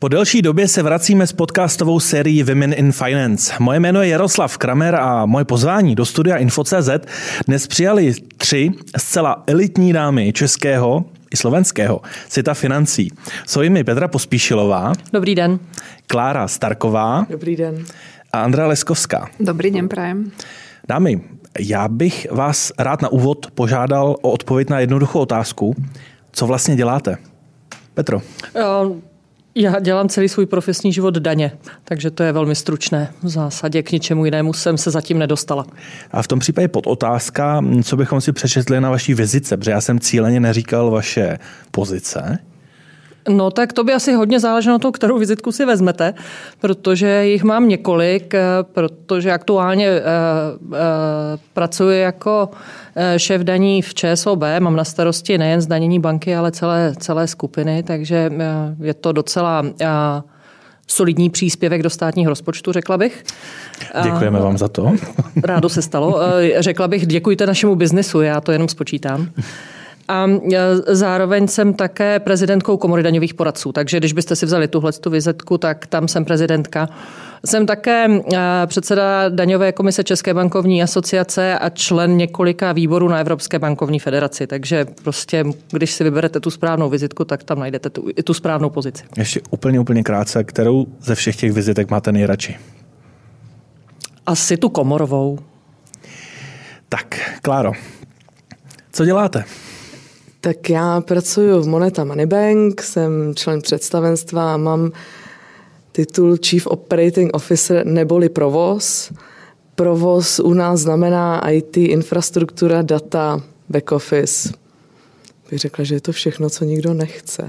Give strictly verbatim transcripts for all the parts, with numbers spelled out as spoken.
Po delší době se vracíme s podcastovou sérií Women in Finance. Moje jméno je Jaroslav Kramer a moje pozvání do studia Info tečka cé zet dnes přijali tři zcela elitní dámy českého i slovenského světa financí. Jsou jimi Petra Pospíšilová. Dobrý den. Klára Starková. Dobrý den. A Andrea Leskovská. Dobrý den, prajem. Dámy, já bych vás rád na úvod požádal o odpověď na jednoduchou otázku. Co vlastně děláte? Petro. Já dělám celý svůj profesní život daně, takže to je velmi stručné. V zásadě k ničemu jinému jsem se zatím nedostala. A v tom případě podotázka, co bychom si přečetli na vaší vizitce, protože já jsem cíleně neříkal vaše pozice. No tak to by asi hodně záleželo na to, kterou vizitku si vezmete, protože jich mám několik, protože aktuálně eh, eh, pracuji jako šéf daní v ČSOB, mám na starosti nejen zdanění banky, ale celé, celé skupiny, takže je to docela eh, solidní příspěvek do státního rozpočtu, řekla bych. Děkujeme vám za to. Rádo se stalo. Řekla bych, děkujte našemu biznesu, já to jenom spočítám. A zároveň jsem také prezidentkou Komory daňových poradců, takže když byste si vzali tuhletu vizitku, tak tam jsem prezidentka. Jsem také předseda daňové komise České bankovní asociace a člen několika výborů na Evropské bankovní federaci, takže prostě, když si vyberete tu správnou vizitku, tak tam najdete tu, i tu správnou pozici. Ještě úplně, úplně krátce, kterou ze všech těch vizitek máte nejradši? Asi tu komorovou. Tak, Kláro, co děláte? Tak já pracuji v Moneta Money Bank, jsem člen představenstva a mám titul Chief Operating Officer neboli provoz. Provoz u nás znamená í té, infrastruktura, data, back office. Bych řekla, že je to všechno, co nikdo nechce.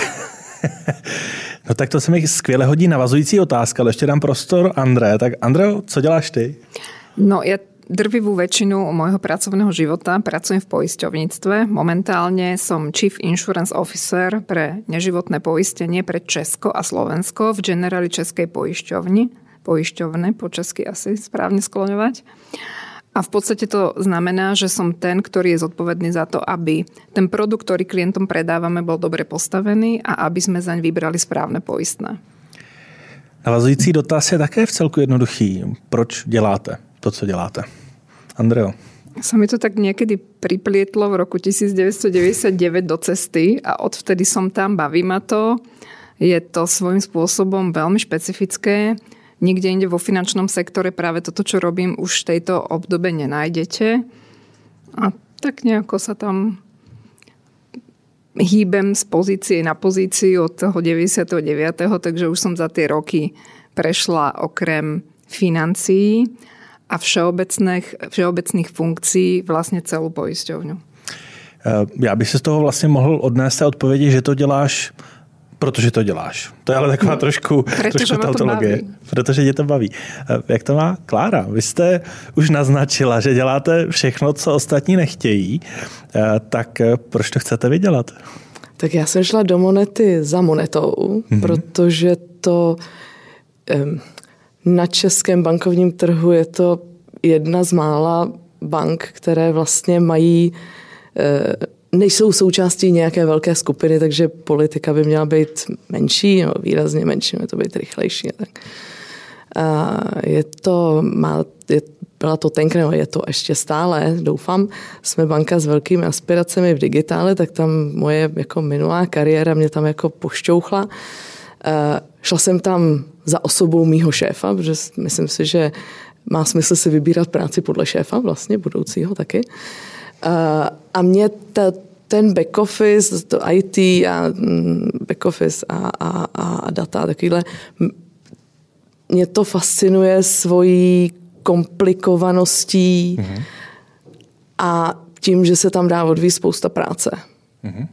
No tak to se mi skvěle hodí navazující otázka, ale ještě dám prostor André. Tak Andreo, co děláš ty? No ja drvivú väčšinu môjho pracovného života pracujem v poisťovníctve. Momentálne som Chief Insurance Officer pre neživotné poistenie pre Česko a Slovensko v Generali Českej poisťovni. Poisťovne, po česky asi správne skloňovať. A v podstate to znamená, že som ten, ktorý je zodpovedný za to, aby ten produkt, ktorý klientom predávame, bol dobre postavený a aby sme zaň vybrali správne poistné. Navazující dotaz je také v celku jednoduchý. Proč děláte to, co děláte? Andreo. Sa mi to tak niekedy priplietlo v roku devätnásťstodeväťdesiatdeväť do cesty a odvtedy som tam, baví ma to. Je to svojím spôsobom veľmi špecifické. Nikde inde vo finančnom sektore práve toto, čo robím, už v tejto obdobe nenájdete. A tak nejako sa tam hýbem z pozície na pozíciu od toho deväťdesiateho deviateho takže už som za tie roky prešla okrem financií a všeobecných, všeobecných funkcí vlastně celou pojišťovnu. Já bych se z toho vlastně mohl odnést té odpovědi, že to děláš, protože to děláš. To je ale taková no, trošku, trošku tautologie. Protože tě to baví. Jak to má Klára? Vy jste už naznačila, že děláte všechno, co ostatní nechtějí. Tak proč to chcete vydělat? Tak já jsem šla do Monety za Monetou, mm-hmm. protože to... Um, Na českém bankovním trhu je to jedna z mála bank, které vlastně mají, nejsou součástí nějaké velké skupiny, takže politika by měla být menší, no výrazně menší, měla to být rychlejší. Tak. A je to, má, je, byla to tenkrát, je to ještě stále, doufám, jsme banka s velkými aspiracemi v digitále, tak tam moje jako minulá kariéra mě tam jako pošťouchla. Šla jsem tam za osobou mýho šéfa, protože myslím si, že má smysl si vybírat práci podle šéfa vlastně, budoucího taky. A mě ta, ten back office, to í té a back office a, a, a data a takovýhle, mě to fascinuje svojí komplikovaností mm-hmm. a tím, že se tam dá odvíjet spousta práce. Mm-hmm.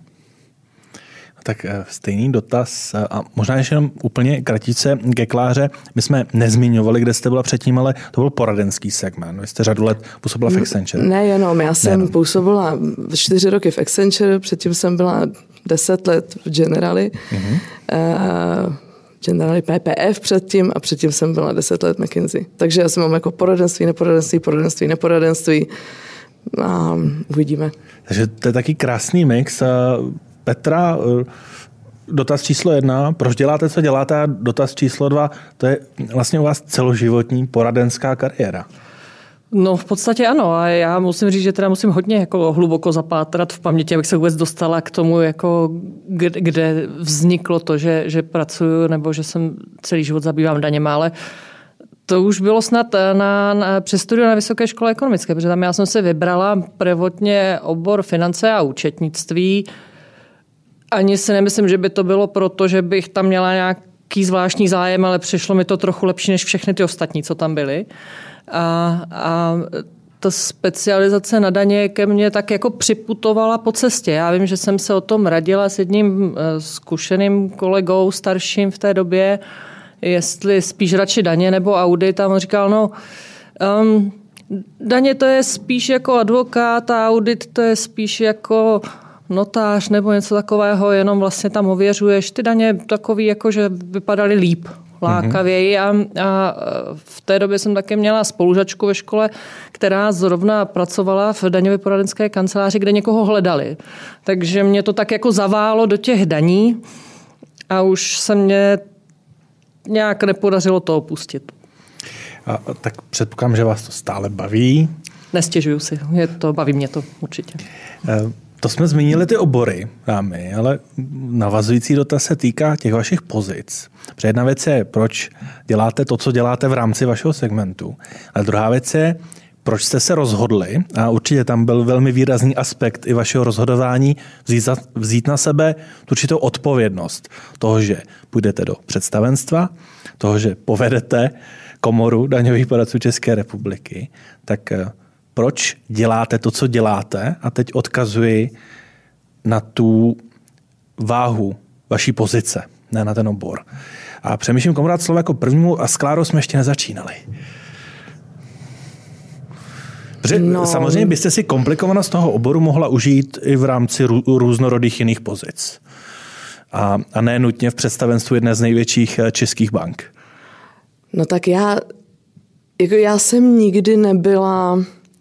Tak stejný dotaz a možná ještě jenom úplně kratice ke Kláře. My jsme nezmiňovali, kde jste byla předtím, ale to byl poradenský segment. Vy jste řadu let působila v Accenture. Nejenom, já jsem Nejenom. působila čtyři roky v Accenture, předtím jsem byla deset let v Generali. Mm-hmm. Uh, Generali P P F předtím a předtím jsem byla deset let McKinsey. Takže já jsem mám jako poradenství, neporadenství, poradenství, neporadenství a uvidíme. Takže to je taky krásný mix. Petra, dotaz číslo jedna, proč děláte, co děláte, a dotaz číslo dva, to je vlastně u vás celoživotní poradenská kariéra. No v podstatě ano a já musím říct, že teda musím hodně jako hluboko zapátrat v paměti, abych se vůbec dostala k tomu, jako kde vzniklo to, že, že pracuju nebo že jsem celý život zabývám daněma, ale to už bylo snad na, na, přes studium na Vysoké škole ekonomické, protože tam já jsem se vybrala prvotně obor finance a účetnictví. Ani si nemyslím, že by to bylo proto, že bych tam měla nějaký zvláštní zájem, ale přišlo mi to trochu lepší než všechny ty ostatní, co tam byly. A, a ta specializace na daně ke mně tak jako připutovala po cestě. Já vím, že jsem se o tom radila s jedním zkušeným kolegou starším v té době, jestli spíš radši daně nebo audit. A on říkal, no um, daně to je spíš jako advokát a audit to je spíš jako notář nebo něco takového, jenom vlastně tam ověřuješ. Ty daně takový, jako že vypadaly líp, lákavěji. A, a v té době jsem také měla spolužačku ve škole, která zrovna pracovala v daňové poradenské kanceláři, kde někoho hledali. Takže mě to tak jako zaválo do těch daní a už se mě nějak nepodařilo to opustit. A, tak předpokládám, že vás to stále baví. Nestěžuju si, je to, baví mě to určitě. E, to jsme zmínili ty obory, dámy, ale navazující dotaz se týká těch vašich pozic. Protože jedna věc je, proč děláte to, co děláte v rámci vašeho segmentu. A druhá věc je, proč jste se rozhodli, a určitě tam byl velmi výrazný aspekt i vašeho rozhodování, vzít, za, vzít na sebe určitou odpovědnost toho, že půjdete do představenstva, toho, že povedete komoru daňových poradců České republiky. Tak proč děláte to, co děláte? A teď odkazuji na tu váhu vaší pozice, ne na ten obor. A přemýšlím, komu dát slovo jako prvnímu, a s Klárou jsme ještě nezačínali. No. Samozřejmě byste si komplikovanost toho oboru mohla užít i v rámci rů, různorodých jiných pozic. A, a ne nutně v představenstvu jedné z největších českých bank. No tak já, jako já jsem nikdy nebyla,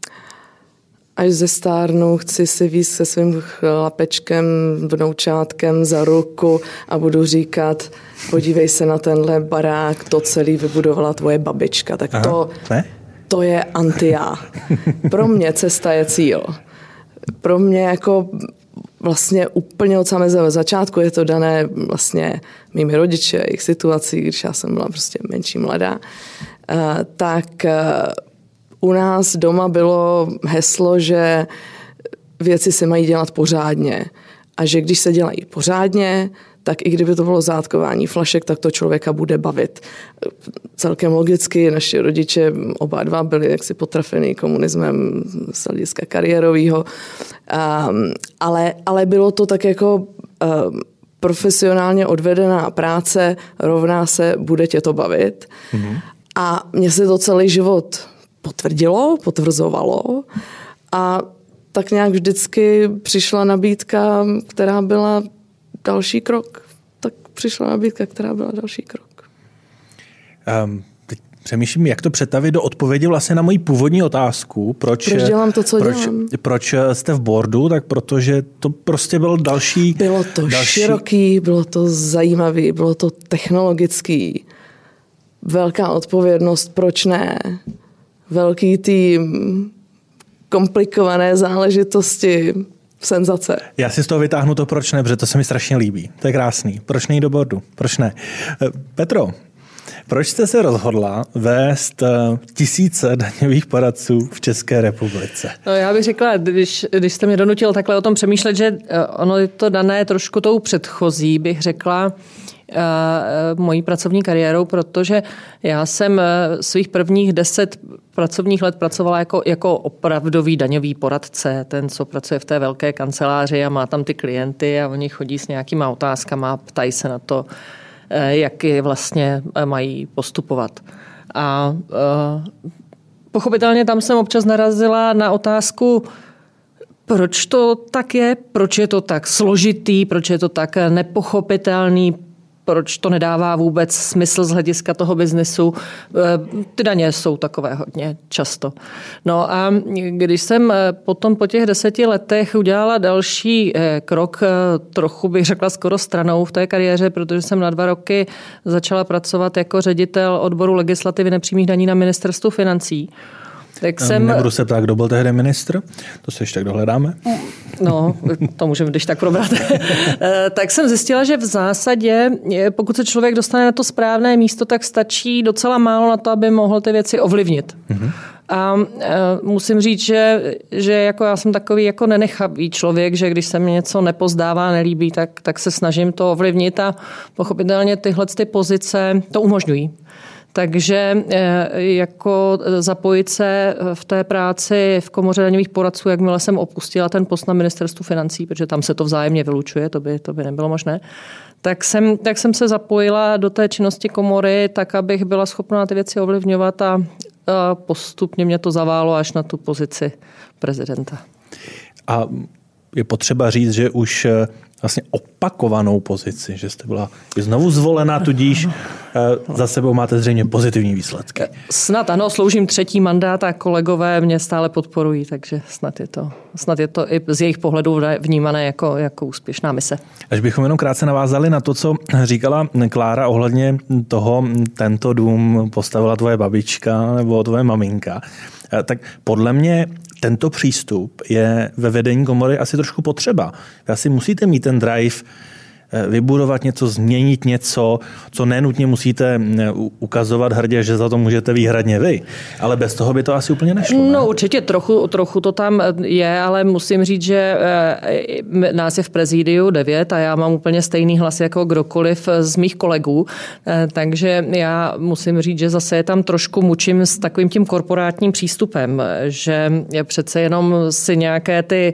až ze stárnu, chci si víc se svým chlapečkem, vnoučátkem za ruku a budu říkat, podívej se na tenhle barák, to celý vybudovala tvoje babička. Tak Aha, to... Ne? To je anti-já. Pro mě cesta je cíl. Pro mě jako vlastně úplně od samého začátku je to dané vlastně mými rodiči a jejich situací, když já jsem byla prostě menší mladá, tak u nás doma bylo heslo, že věci se mají dělat pořádně a že když se dělají pořádně, tak i kdyby to bylo zátkování flašek, tak to člověka bude bavit. Celkem logicky naši rodiče oba dva byli jaksi potrafený komunismem z hlediska kariérového, um, ale, ale bylo to tak jako um, profesionálně odvedená práce rovná se bude tě to bavit. Mm-hmm. A mně se to celý život potvrdilo, potvrzovalo a tak nějak vždycky přišla nabídka, která byla další krok. Tak přišla nabídka, která byla další krok. Um, teď přemýšlím, jak to přetavit do odpovědi vlastně na moji původní otázku. Proč, proč dělám to, co proč, dělám? Proč jste v boardu? Tak protože to prostě byl další... Bylo to další... široký, bylo to zajímavý, bylo to technologický. Velká odpovědnost, proč ne? Velký tým, komplikované záležitosti, senzace. Já si z toho vytáhnu to, proč ne, protože to se mi strašně líbí. To je krásný. Proč nejít do boardu? Proč ne? Petro, proč jste se rozhodla vést tisíce daňových poradců v České republice? No já bych řekla, když, když jste mě donutil takhle o tom přemýšlet, že ono je to dané trošku tou předchozí, bych řekla, mojí pracovní kariérou, protože já jsem svých prvních deset pracovních let pracovala jako, jako opravdový daňový poradce, ten, co pracuje v té velké kanceláři a má tam ty klienty a oni chodí s nějakýma otázkama a ptají se na to, jak je vlastně mají postupovat. A pochopitelně tam jsem občas narazila na otázku, proč to tak je, proč je to tak složitý, proč je to tak nepochopitelný, proč to nedává vůbec smysl z hlediska toho biznesu. Ty daně jsou takové hodně často. No a když jsem potom po těch deseti letech udělala další krok, trochu bych řekla skoro stranou v té kariéře, protože jsem na dva roky začala pracovat jako ředitel odboru legislativy nepřímých daní na ministerstvu financí. Tak jsem... Nebudu se ptát, kdo byl tehdy ministr, to se ještě tak dohledáme. No, to můžeme když tak probrat. Tak jsem zjistila, že v zásadě, pokud se člověk dostane na to správné místo, tak stačí docela málo na to, aby mohl ty věci ovlivnit. Mm-hmm. A musím říct, že, že jako já jsem takový jako nenechavý člověk, že když se mi něco nepozdává, nelíbí, tak, tak se snažím to ovlivnit a pochopitelně tyhle ty pozice to umožňují. Takže jako zapojit se v té práci v komoře daňových poradců, jakmile jsem opustila ten post na ministerstvu financí, protože tam se to vzájemně vylučuje, to by, to by nebylo možné, tak jsem, tak jsem se zapojila do té činnosti komory tak, abych byla schopná ty věci ovlivňovat a, a postupně mě to zaválo až na tu pozici prezidenta. A je potřeba říct, že už vlastně opakovanou pozici, že jste byla znovu zvolená, tudíž za sebou máte zřejmě pozitivní výsledky. Snad ano, sloužím třetí mandát a kolegové mě stále podporují, takže snad je to, snad je to i z jejich pohledu vnímané jako, jako úspěšná mise. Až bychom jenom krátce navázali na to, co říkala Klára ohledně toho, tento dům postavila tvoje babička nebo tvoje maminka, tak podle mě tento přístup je ve vedení komory asi trošku potřeba. Vy asi musíte mít ten drive vybudovat něco, změnit něco, co nenutně musíte ukazovat hrdě, že za to můžete výhradně vy. Ale bez toho by to asi úplně nešlo. Ne? No určitě trochu, trochu to tam je, ale musím říct, že nás je v prezidiu devět a já mám úplně stejný hlas jako kdokoliv z mých kolegů. Takže já musím říct, že zase je tam trošku mučím s takovým tím korporátním přístupem, že je přece jenom si nějaké ty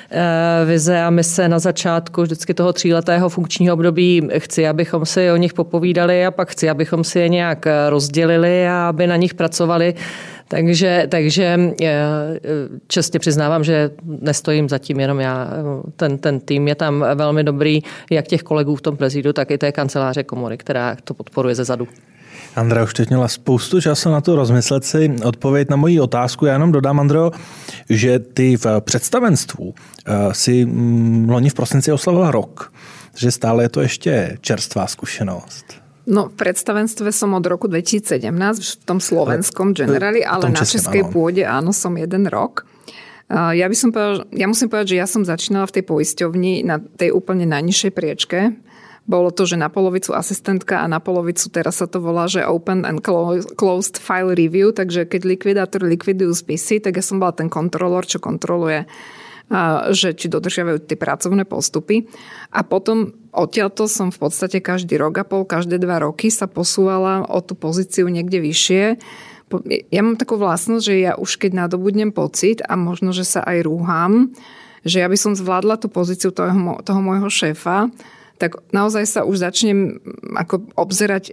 vize a mise na začátku vždycky toho tříletého funkčního období chci, abychom si o nich popovídali a pak chci, abychom si je nějak rozdělili a aby na nich pracovali. Takže, takže čestně přiznávám, že nestojím zatím jenom já. Ten, ten tým je tam velmi dobrý, jak těch kolegů v tom prezidiu, tak i té kanceláře komory, která to podporuje ze zadu. Andrea už teď měla spoustu času na to rozmyslet si odpověď na moji otázku. Já jenom dodám, Andreo, že ty v představenstvu si loni v prosinci oslavila rok. Že stále je to ještě čerstvá zkušenost. No, v predstavenstve som od roku dvetisícsedemnásť v tom slovenskom generáli, ale na českej áno. pôde áno, som jeden rok. Ja by som povedal, ja musím povedať, že ja som začínala v tej poisťovni na tej úplne najnižšej priečke. Bolo to, že na polovicu asistentka a na polovicu, teraz sa to volá, že open and closed file review, takže keď likvidátor likvidujú spisy, tak ja som bola ten kontrolór, čo kontroluje, že či dodržiavajú tie pracovné postupy. A potom odtiaľto som v podstate každý rok a pol, každé dva roky sa posúvala o tú pozíciu niekde vyššie. Ja mám takú vlastnosť, že ja už keď nadobudnem pocit a možno, že sa aj rúham, že ja by som zvládla tú pozíciu toho, toho môjho šéfa, tak naozaj sa už začnem ako obzerať,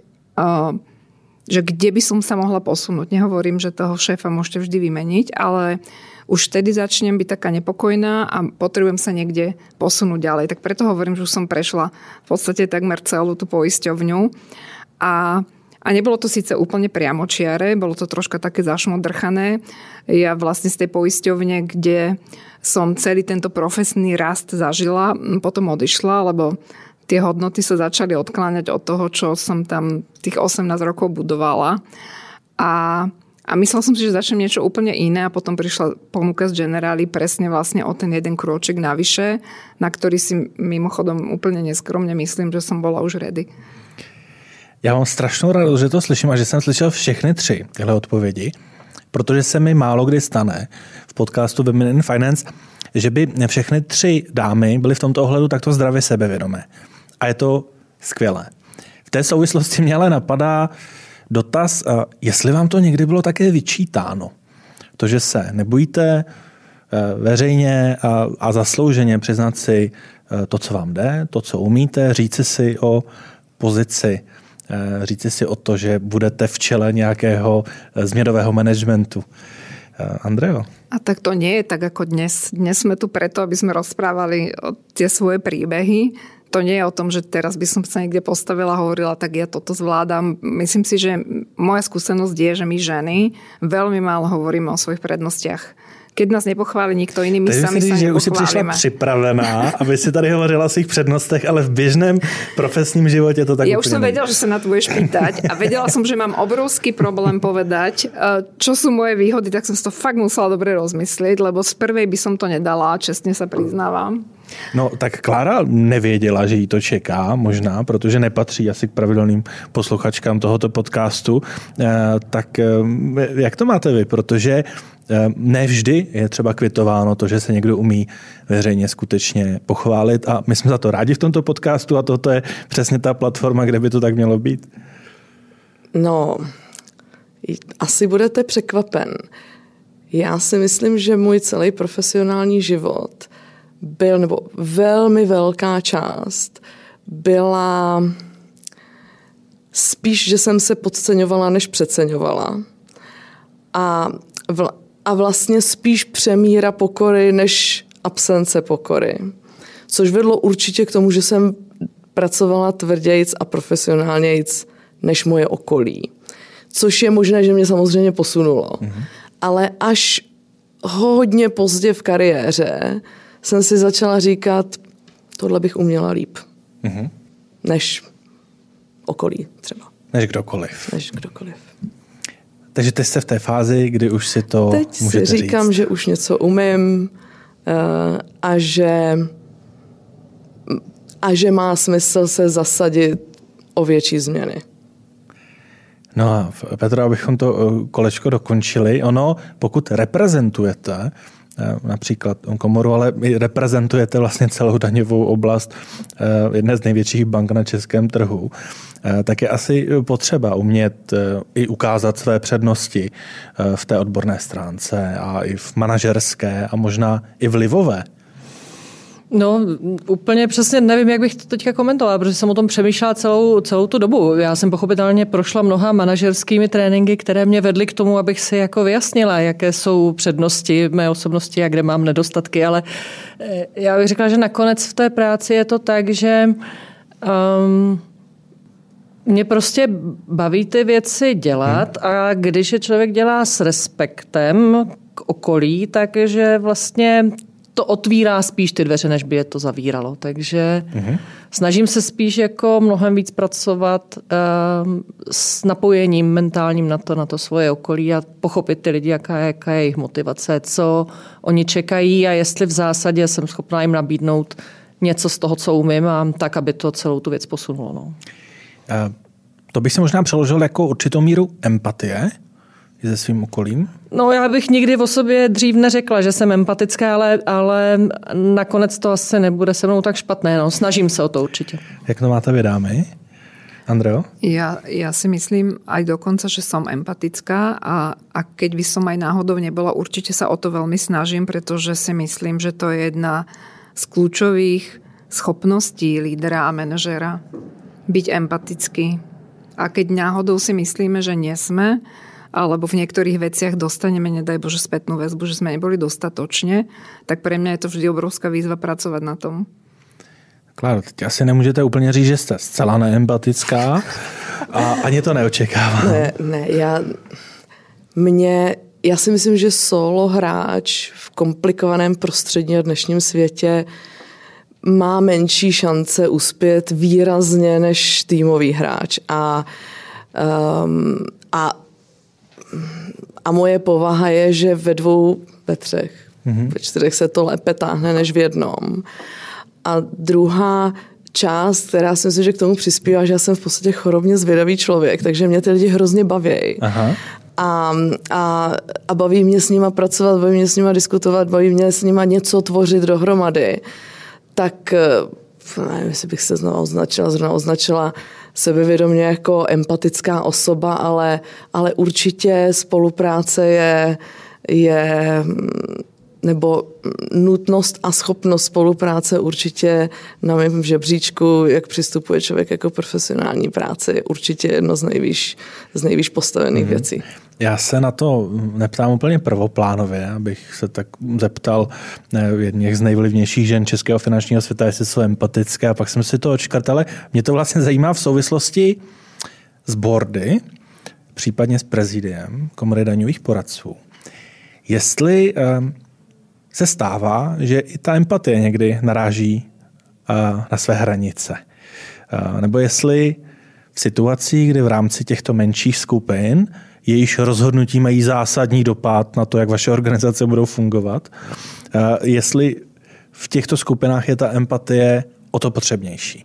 že kde by som sa mohla posunúť. Nehovorím, že toho šéfa môžete vždy vymeniť, ale už vtedy začnem byť taká nepokojná a potrebujem sa niekde posunúť ďalej. Tak preto hovorím, že už som prešla v podstate takmer celú tú poisťovňu. A, a nebolo to síce úplne priamočiare, bolo to troška také zašmodrchané. Ja vlastne z tej poisťovne, kde som celý tento profesný rast zažila, potom odišla, lebo tie hodnoty sa začali odkláňať od toho, čo som tam tých osemnásť rokov budovala. A, a myslela som si, že začnem niečo úplne iné a potom prišla ponuka z Generáli presne vlastne o ten jeden krôčik navyše, na ktorý si mimochodom úplne neskromne myslím, že som bola už ready. Já mám strašnou radost, že to slyším a že jsem slyšel všechny tři tyhle odpovědi, protože se mi málo kdy stane v podcastu Women in Finance, že by všechny tři dámy byly v tomto ohledu takto zdravě sebevědomé. A je to skvělé. V té souvislosti mě ale napadá dotaz, jestli vám to někdy bylo také vyčítáno. To, že se nebojíte veřejně a, a zaslouženě přiznat si to, co vám jde, to, co umíte, říci si o pozici, říci si o to, že budete v čele nějakého změnového managementu. Andreo? A tak to nie je tak ako dnes. Dnes sme tu preto, aby sme rozprávali tie svoje príbehy. to nie je o tom, že teraz by som sa niekde postavila a hovorila, tak ja toto zvládam. Myslím si, že moja skúsenosť je, že my ženy veľmi málo hovoríme o svojich prednostiach. Keď nás nepochválí nikto iný, my sami sa že už si přišla připravená, aby si tady hovorila o svých přednostech, ale v běžném profesním životě to tak ja úplně už som vedela, že sa na to budeš pýtať a vedela som, že mám obrovský problém povedať, čo sú moje výhody, tak som si to fakt musela dobre rozmysliť, lebo z prvej by som to nedala, čestne sa priznávam. No tak Klára nevěděla, že jí to čeká, možná, protože nepatří asi k pravidelným posluchačkám tohoto podcastu. Tak jak to máte vy? Protože ne vždy je třeba kvitováno to, že se někdo umí veřejně skutečně pochválit a my jsme za to rádi v tomto podcastu a toto je přesně ta platforma, kde by to tak mělo být. No, asi budete překvapen. Já si myslím, že můj celý profesionální život byl, nebo velmi velká část byla spíš, že jsem se podceňovala, než přeceňovala. A, vla, a vlastně spíš přemíra pokory, než absence pokory. Což vedlo určitě k tomu, že jsem pracovala tvrdějc a profesionálnějc než moje okolí. Což je možné, že mě samozřejmě posunulo. Mm-hmm. Ale až hodně pozdě v kariéře jsem si začala říkat, tohle bych uměla líp. Mm-hmm. Než okolí třeba. Než kdokoliv. Než kdokoliv. Takže teď jste v té fázi, kdy už si to teď můžete si říkám, říct. že už něco umím a že, a že má smysl se zasadit o větší změny. No a Petro, abychom to kolečko dokončili, ono, pokud reprezentujete například komoru, ale reprezentujete vlastně celou daňovou oblast jedné z největších bank na českém trhu, tak je asi potřeba umět i ukázat své přednosti v té odborné stránce a i v manažerské a možná i vlivové. No, úplně přesně nevím, jak bych to teďka komentovala, protože jsem o tom přemýšlela celou, celou tu dobu. Já jsem pochopitelně prošla mnoha manažerskými tréninky, které mě vedly k tomu, abych si jako vyjasnila, jaké jsou přednosti mé osobnosti a kde mám nedostatky, ale já bych řekla, že nakonec v té práci je to tak, že um, mě prostě baví ty věci dělat a když je člověk dělá s respektem k okolí, takže vlastně to otvírá spíš ty dveře, než by je to zavíralo. Takže mm-hmm. snažím se spíš jako mnohem víc pracovat uh, s napojením mentálním na to, na to svoje okolí a pochopit ty lidi, jaká je, jaká je jejich motivace, co oni čekají a jestli v zásadě jsem schopná jim nabídnout něco z toho, co umím a tak, aby to celou tu věc posunulo. No. Uh, to bych se možná přeložil jako určitou míru empatie se svým okolím? No já bych nikdy o sobě dřív neřekla, že jsem empatická, ale, ale nakonec to asi nebude se mnou tak špatné. No. Snažím se o to určitě. Jak to máte vy, dámy? Andreo? Ja, ja si myslím aj dokonca, že som empatická a, a keď by som aj náhodou nebola, určite sa o to veľmi snažím, pretože si myslím, že to je jedna z kľúčových schopností lídera a manažéra. Byť empatický. A keď náhodou si myslíme, že nie sme, alebo v niektorých veciach dostaneme, nedaj Bože, spätnú väzbu, že sme neboli dostatočne, tak pre mňa je to vždy obrovská výzva pracovať na tom. Kláro, teď asi nemůžete úplně říct, že jste zcela neempatická a ani to neočekávám. Ne, ne, já, mě, já si myslím, že solo hráč v komplikovaném prostředí a dnešním světě má menší šance uspět výrazně než týmový hráč. A, um, a A moje povaha je, že ve dvou, ve třech, mm-hmm. ve čtyřech se to lépe táhne než v jednom. A druhá část, která si myslím, že k tomu přispívá, že já jsem v podstatě chorobně zvědavý člověk, takže mě ty lidi hrozně baví. Aha. A, a, a baví mě s nima pracovat, baví mě s nima diskutovat, baví mě s nima něco tvořit dohromady. Tak nevím, jestli bych se znovu označila, zrovna označila sebevědomě jako empatická osoba, ale, ale určitě spolupráce je, je, nebo nutnost a schopnost spolupráce určitě na mém žebříčku, jak přistupuje člověk jako profesionální práci, určitě jedno z nejvýš, z nejvýš postavených mm. věcí. Já se na to neptám úplně prvoplánově, abych se tak zeptal jedných z nejvlivnějších žen českého finančního světa, jestli jsou empatické, a pak jsem si to odškrtal, ale mě to vlastně zajímá v souvislosti s boardy, případně s prezidiem Komory daňových poradců. Jestli se stává, že i ta empatie někdy naráží na své hranice. Nebo jestli v situacích, kdy v rámci těchto menších skupin jejíž rozhodnutí mají zásadní dopad na to, jak vaše organizace budou fungovat, jestli v těchto skupinách je ta empatie o to potřebnější.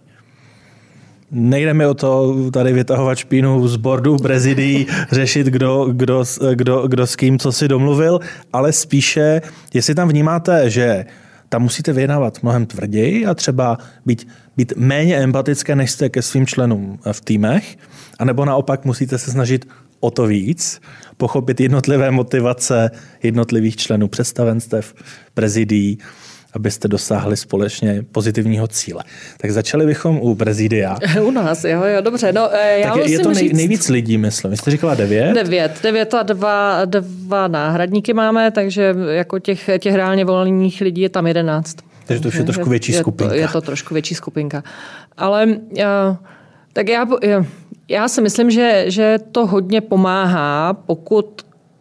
Nejde mi o to tady vytahovat špínu z boardu, prezidií, řešit, kdo, kdo, kdo, kdo s kým co si domluvil, ale spíše, jestli tam vnímáte, že tam musíte vyjednávat mnohem tvrději a třeba být, být méně empatické, než jste ke svým členům v týmech, anebo naopak musíte se snažit o to víc, pochopit jednotlivé motivace jednotlivých členů představenstev, prezidií, abyste dosáhli společně pozitivního cíle. Tak začali bychom u prezidia. U nás, jo, jo, dobře. No, já tak je, je to nej, říct... nejvíc lidí, myslím. Vy jste říkala devět? Devět. Devět a dva, dva náhradníky máme, takže jako těch, těch reálně volných lidí je tam jedenáct. Takže to už je trošku větší je, skupinka. Je to, je to trošku větší skupinka. Ale já, tak já, já si myslím, že, že to hodně pomáhá, pokud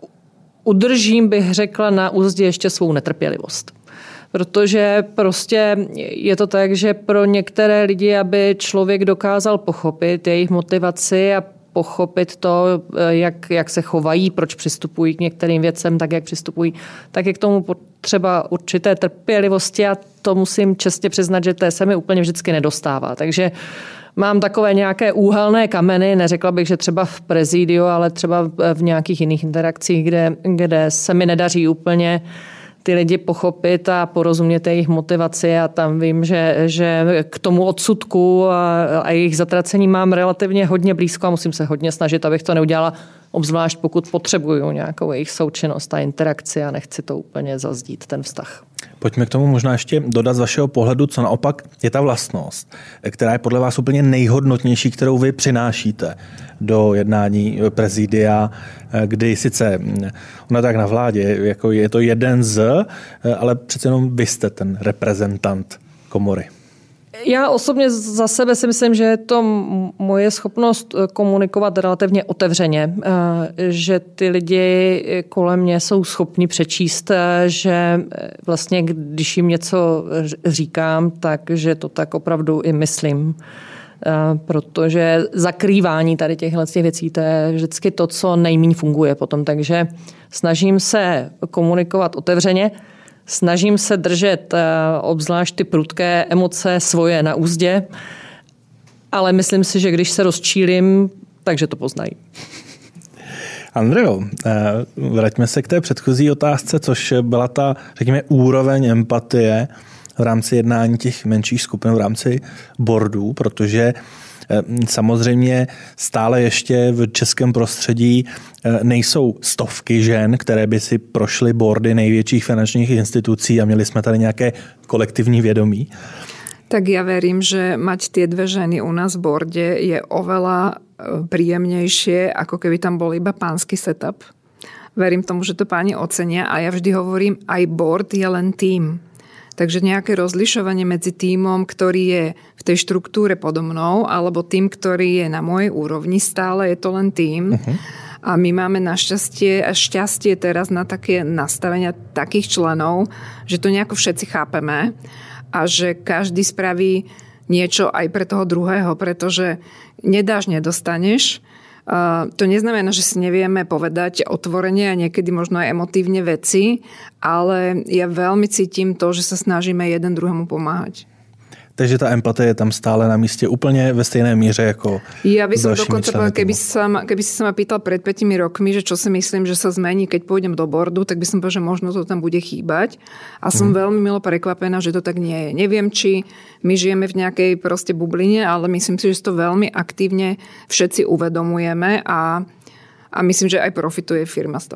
udržím, bych řekla, na úzdě ještě svou netrpělivost. Protože prostě je to tak, že pro některé lidi, aby člověk dokázal pochopit jejich motivaci a pochopit to, jak, jak se chovají, proč přistupují k některým věcem, tak jak přistupují, tak je k tomu potřeba určité trpělivosti a to musím čestně přiznat, že to se mi úplně vždycky nedostává. Takže mám takové nějaké úhelné kameny, neřekla bych, že třeba v prezidiu, ale třeba v nějakých jiných interakcích, kde, kde se mi nedaří úplně ty lidi pochopit a porozumět jejich motivaci a tam vím, že, že k tomu odsudku a, a jejich zatracení mám relativně hodně blízko a musím se hodně snažit, abych to neudělala, obzvlášť pokud potřebuju nějakou jejich součinnost a interakci a nechci to úplně zazdít, ten vztah. Pojďme k tomu možná ještě dodat z vašeho pohledu, co naopak je ta vlastnost, která je podle vás úplně nejhodnotnější, kterou vy přinášíte do jednání prezidia, kdy sice ona tak na vládě, jako je to jeden z, ale přece jenom vy jste ten reprezentant komory. Já osobně za sebe si myslím, že je to moje schopnost komunikovat relativně otevřeně, že ty lidi kolem mě jsou schopni přečíst, že vlastně když jim něco říkám, tak že to tak opravdu i myslím. Protože zakrývání tady těchto věcí, to je vždycky to, co nejméně funguje potom. Takže snažím se komunikovat otevřeně, snažím se držet obzvlášť ty prudké emoce svoje na úzdě, ale myslím si, že když se rozčílim, takže to poznají. Andreo, vraťme se k té předchozí otázce, což byla ta, řekněme, úroveň empatie v rámci jednání těch menších skupin, v rámci boardů, protože samozřejmě stále ještě v českém prostředí nejsou stovky žen, které by si prošly boardy největších finančních institucí a měli jsme tady nějaké kolektivní vědomí. Tak ja verím, že mať tie dve ženy u nás v boarde je oveľa príjemnejšie, ako keby tam bol iba pánsky setup. Verím tomu, že to páni ocenia a ja vždy hovorím, aj board je len tím. Takže nejaké rozlišovanie medzi tímom, ktorý je v tej štruktúre podo mnou, alebo tým, ktorý je na mojej úrovni, stále je to len tím. Uh-huh. A my máme našťastie a šťastie teraz na také nastavenia takých členov, že to nejako všetci chápeme a že každý spraví niečo aj pre toho druhého, pretože nedáš, nedostaneš. Uh, to neznamená, že si nevieme povedať otvorene a niekedy možno aj emotívne veci, ale ja veľmi cítim to, že sa snažíme jeden druhému pomáhať. Takže ta empatie je tam stále na místě úplně ve stejné míře jako ja by som dokonca povedal, keby, keby si sa ma pýtal pred pätimi rokmi, že čo si myslím, že sa zmení, keď pôjdem do boardu, tak by som povedal, že možno to tam bude chýbať. A som mm. veľmi milo prekvapená, že to tak nie je. Neviem, či my žijeme v nejakej proste bubline, ale myslím si, že to veľmi aktívne všetci uvedomujeme a, a myslím, že aj profituje firma z toho.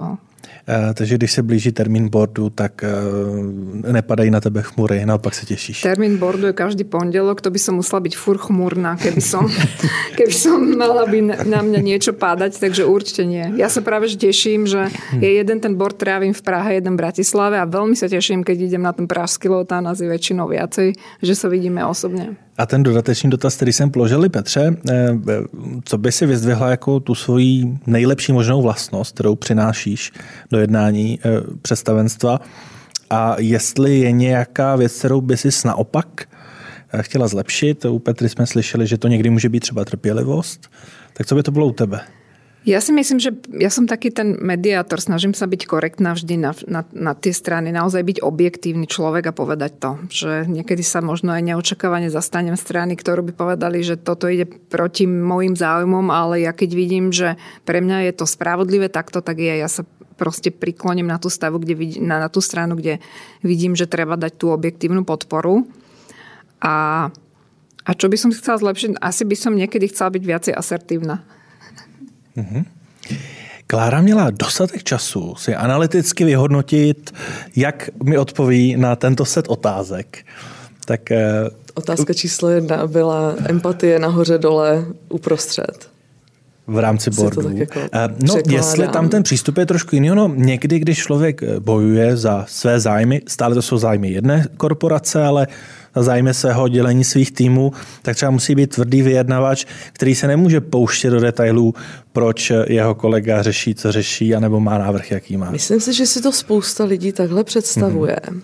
Takže když se blíží termín boardu, tak nepadají na tebe chmury, naopak se těšíš. Termín boardu je každý pondelok, to by som musela byť furt chmurná, keby som, keby som mala by na mňa niečo pádať, takže určite nie. Ja sa práve že teším, že je jeden ten board trávim v Prahe, jeden v Bratislave a veľmi sa teším, keď idem na ten pražský lotán, asi väčšinou viacej, že sa vidíme osobne. A ten dodatečný dotaz, který jsem položil Petře, co by si vyzdvihla jako tu svoji nejlepší možnou vlastnost, kterou přinášíš do jednání představenstva, a jestli je nějaká věc, kterou by si naopak chtěla zlepšit. U Petry jsme slyšeli, že to někdy může být třeba trpělivost. Tak co by to bylo u tebe? Ja si myslím, že ja som taký ten mediátor, snažím sa byť korektná vždy na, na, na tie strany, naozaj byť objektívny človek a povedať to, že niekedy sa možno aj neočakávane zastanem strany, ktorú by povedali, že toto ide proti mojim záujmom, ale ja keď vidím, že pre mňa je to spravodlivé takto, tak je, ja sa proste prikloním na tú stavu, kde vidím, na, na tú stranu, kde vidím, že treba dať tú objektívnu podporu. A, a čo by som chcela zlepšiť? Asi by som niekedy chcela byť viacej asertívna. Mm-hmm. Klára měla dostatek času si analyticky vyhodnotit, jak mi odpoví na tento set otázek. Tak, Otázka číslo jedna byla empatie nahoře dole uprostřed. V rámci boardu. Jako no, jestli tam ten přístup je trošku jiný, no, někdy, když člověk bojuje za své zájmy, stále to jsou zájmy jedné korporace, ale za zájmy svého oddělení svých týmů, tak třeba musí být tvrdý vyjednavač, který se nemůže pouštět do detailů, proč jeho kolega řeší, co řeší, anebo má návrh, jaký má. Myslím si, že si to spousta lidí takhle představuje. Mm-hmm.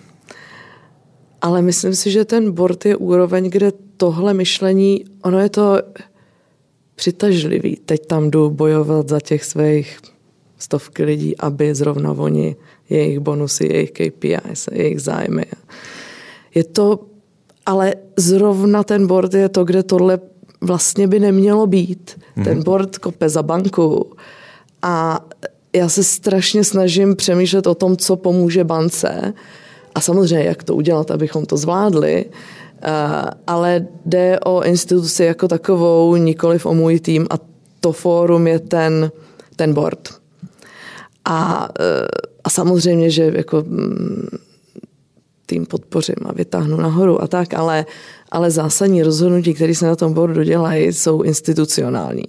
Ale myslím si, že ten board je úroveň, kde tohle myšlení, ono je to přitažlivý. Teď tam jdu bojovat za těch svých stovky lidí, aby zrovna oni, jejich bonusy, jejich K P Is, jejich zájmy. Je to, ale zrovna ten board je to, kde tohle vlastně by nemělo být. Mm. Ten board kope za banku a já se strašně snažím přemýšlet o tom, co pomůže bance a samozřejmě, jak to udělat, abychom to zvládli. Uh, ale jde o instituci jako takovou, nikoliv o můj tým a to fórum je ten, ten board. A, uh, a samozřejmě, že jako mm, tým podpořím a vytáhnu nahoru a tak, ale, ale zásadní rozhodnutí, které se na tom boardu dělají, jsou institucionální.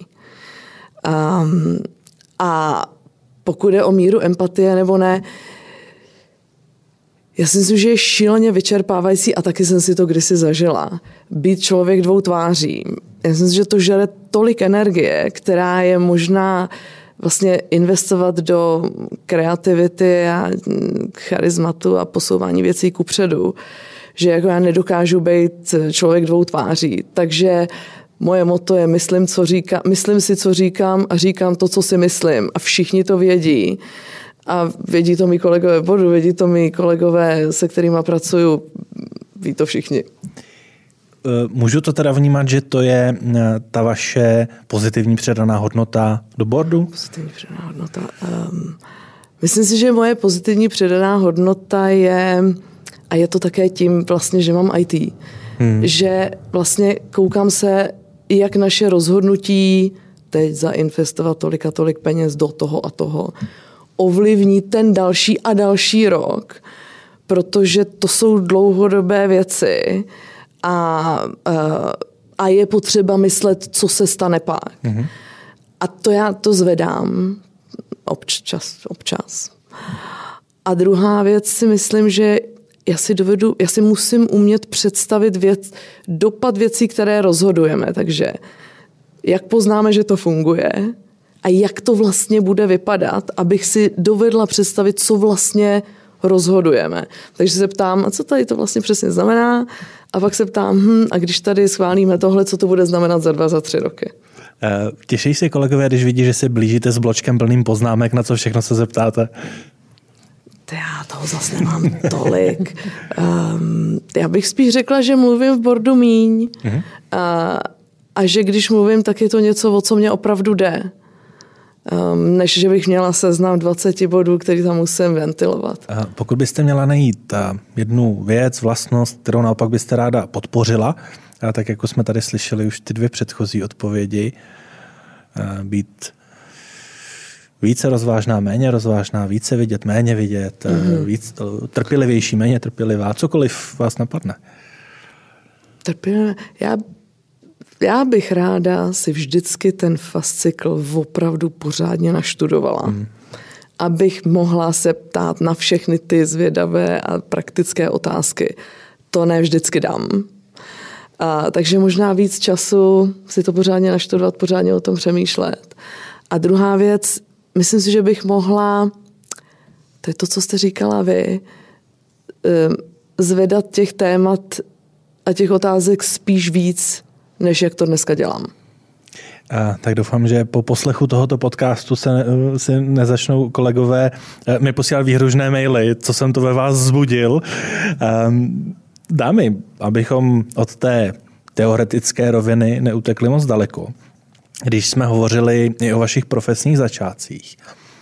Um, a pokud je o míru empatie nebo ne, já si myslím, že je šíleně vyčerpávající a taky jsem si to kdysi zažila. Být člověk dvou tváří. Já si myslím, že to žere tolik energie, která je možná vlastně investovat do kreativity a charizmatu a posouvání věcí kupředu, že jako já nedokážu být člověk dvou tváří. Takže moje motto je myslím, co říká, myslím si, co říkám a říkám to, co si myslím. A všichni to vědí. A vědí to mý kolegové v boardu, vědí to mý kolegové, se kterými pracuju, ví to všichni. Můžu to teda vnímat, že to je ta vaše pozitivní přidaná hodnota do boardu? Pozitivní přidaná hodnota. Um, myslím si, že moje pozitivní přidaná hodnota je, a je to také tím vlastně, že mám í té, hmm. že vlastně koukám se, jak naše rozhodnutí teď zainvestovat tolik a tolik peněz do toho a toho, ovlivní ten další a další rok, protože to jsou dlouhodobé věci a, a je potřeba myslet, co se stane pak. Mm-hmm. A to já to zvedám občas, občas. A druhá věc si myslím, že já si dovedu, já si musím umět představit věc, dopad věcí, které rozhodujeme. Takže jak poznáme, že to funguje, a jak to vlastně bude vypadat, abych si dovedla představit, co vlastně rozhodujeme. Takže se ptám, a co tady to vlastně přesně znamená? A pak se ptám, hm, a když tady schválíme tohle, co to bude znamenat za dva, za tři roky? Těší se kolegové, když vidí, že se blížíte s bločkem plným poznámek, na co všechno se zeptáte? To já toho zase nemám tolik. Um, já bych spíš řekla, že mluvím v boardu míň. Mhm. A, a že když mluvím, tak je to něco, o co mě opravdu jde. Um, než že bych měla seznam dvacet bodů, který tam musím ventilovat. A pokud byste měla najít jednu věc, vlastnost, kterou naopak byste ráda podpořila, a tak jako jsme tady slyšeli už ty dvě předchozí odpovědi, být více rozvážná, méně rozvážná, více vidět, méně vidět, mm-hmm. víc trpělivější, méně trpělivá, cokoliv vás napadne. Trpělivé. Já, já bych ráda si vždycky ten fascikl opravdu pořádně naštudovala. Mm. Abych mohla se ptát na všechny ty zvědavé a praktické otázky. To ne vždycky dám. A, takže možná víc času si to pořádně naštudovat, pořádně o tom přemýšlet. A druhá věc, myslím si, že bych mohla, to je to, co jste říkala vy, zvedat těch témat a těch otázek spíš víc, než jak to dneska dělám. A, tak doufám, že po poslechu tohoto podcastu se si nezačnou kolegové mi posílat výhružné maily, co jsem to ve vás vzbudil. Um, dámy, abychom od té teoretické roviny neutekli moc daleko, když jsme hovořili i o vašich profesních začátcích,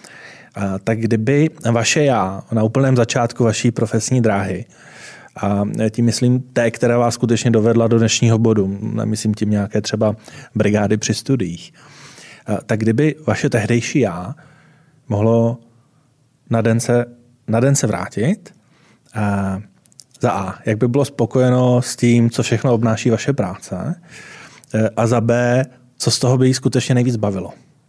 a, tak kdyby vaše já na úplném začátku vaší profesní dráhy, a tím myslím té, která vás skutečně dovedla do dnešního bodu, nemyslím tím nějaké třeba brigády při studiích, a, tak kdyby vaše tehdejší já mohlo na den se, na den se vrátit, a za A, jak by bylo spokojeno s tím, co všechno obnáší vaše práce, a za B, co z toho by jí skutečně nejvíc bavilo.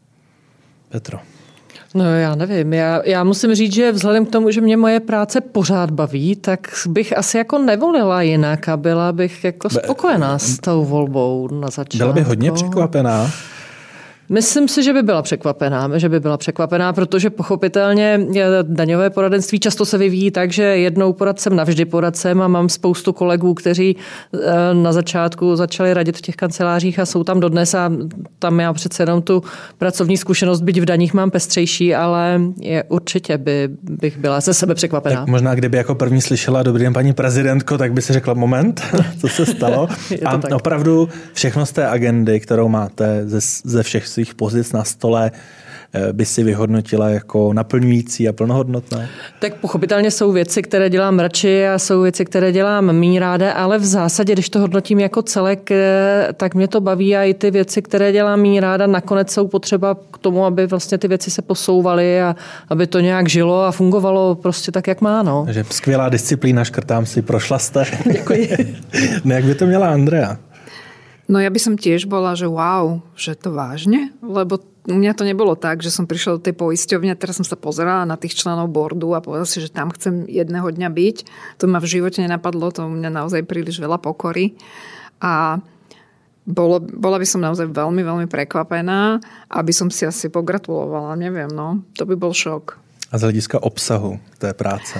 Petro. No já nevím, já, já musím říct, že vzhledem k tomu, že mě moje práce pořád baví, tak bych asi jako nevolila jinak a byla bych jako spokojená s tou volbou na začátku. Byla by hodně překvapená. Myslím si, že by byla překvapená, že by byla překvapená, protože pochopitelně daňové poradenství často se vyvíjí tak, že jednou poradcem, navždy poradcem a mám spoustu kolegů, kteří na začátku začali radit v těch kancelářích a jsou tam dodnes a tam já přece jenom tu pracovní zkušenost, byť v daních mám pestřejší, ale je, určitě by, bych byla ze sebe překvapená. Tak možná, kdyby jako první slyšela dobrý den paní prezidentko, tak by si řekla moment, co se stalo. A tak. Opravdu všechno z té agendy, kterou máte ze, ze všech svých pozic na stole, by si vyhodnotila jako naplňující a plnohodnotné? Tak pochopitelně jsou věci, které dělám radši a jsou věci, které dělám méně ráda, ale v zásadě, když to hodnotím jako celek, tak mě to baví a i ty věci, které dělám méně ráda, nakonec jsou potřeba k tomu, aby vlastně ty věci se posouvaly a aby to nějak žilo a fungovalo prostě tak, jak má. No. Takže skvělá disciplína, škrtám si, prošla jste. Děkuji. No, jak by to měla Andrea? No ja by som tiež bola, že wow, že to vážne, lebo u mňa to nebolo tak, že som prišla do tej poisťovne a teraz som sa pozerala na tých členov boardu a povedala si, že tam chcem jedného dňa byť. To ma v živote nenapadlo, to u mňa naozaj príliš veľa pokory. A bolo, bola by som naozaj veľmi, veľmi prekvapená, aby som si asi pogratulovala, neviem, no, to by bol šok. A z hlediska obsahu té práce?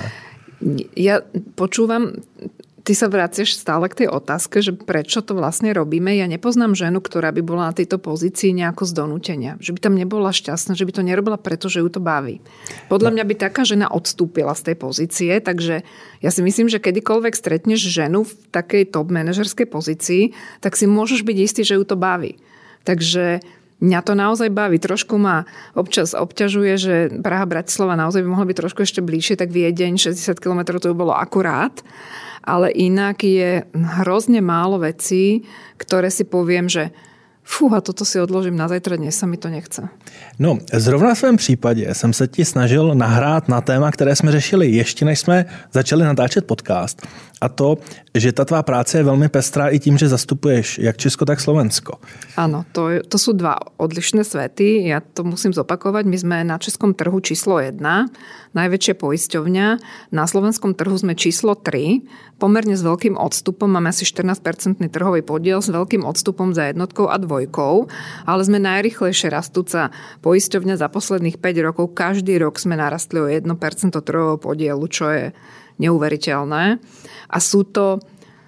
Ja počúvam... Ty sa vraciaš stále k tej otázke, že prečo to vlastne robíme. Ja nepoznám ženu, ktorá by bola na tejto pozícii nejako z donútenia. Že by tam nebola šťastná, že by to nerobila preto, že ju to baví. Podľa mňa by taká žena odstúpila z tej pozície, takže ja si myslím, že kedykoľvek stretneš ženu v takej top manažerskej pozícii, tak si môžeš byť istý, že ju to baví. Takže mňa to naozaj baví. Trošku ma občas obťažuje, že Praha, Bratislava naozaj by mohla byť trošku ešte bližšie, tak Viedeň, šesťdesiat kilometrov to by bolo akurát. Ale inak je hrozne málo vecí, ktoré si poviem, že fúha, toto si odložím na zajtra, dnes sa mi to nechce. No, zrovna v svém případě jsem se ti snažil nahrát na téma, které jsme řešili ještě než jsme začali natáčet podcast. A to, že ta tvá práce je velmi pestrá i tím, že zastupuješ jak Česko, tak Slovensko. Áno, to, to sú dva odlišné svety. Ja to musím zopakovať. My sme na českom trhu číslo jedna, najväčšia poisťovňa. Na slovenskom trhu sme číslo tri. Pomerne s veľkým odstupom. Máme asi štrnásť percent trhový podiel s veľkým odstupom za jednotkou a dvojkou. Ale sme najrýchlejšie rastúca poisťovňa za posledných päť rokov. Každý rok sme narastli o jedno percento trhového podielu, čo je neuveriteľné. A sú to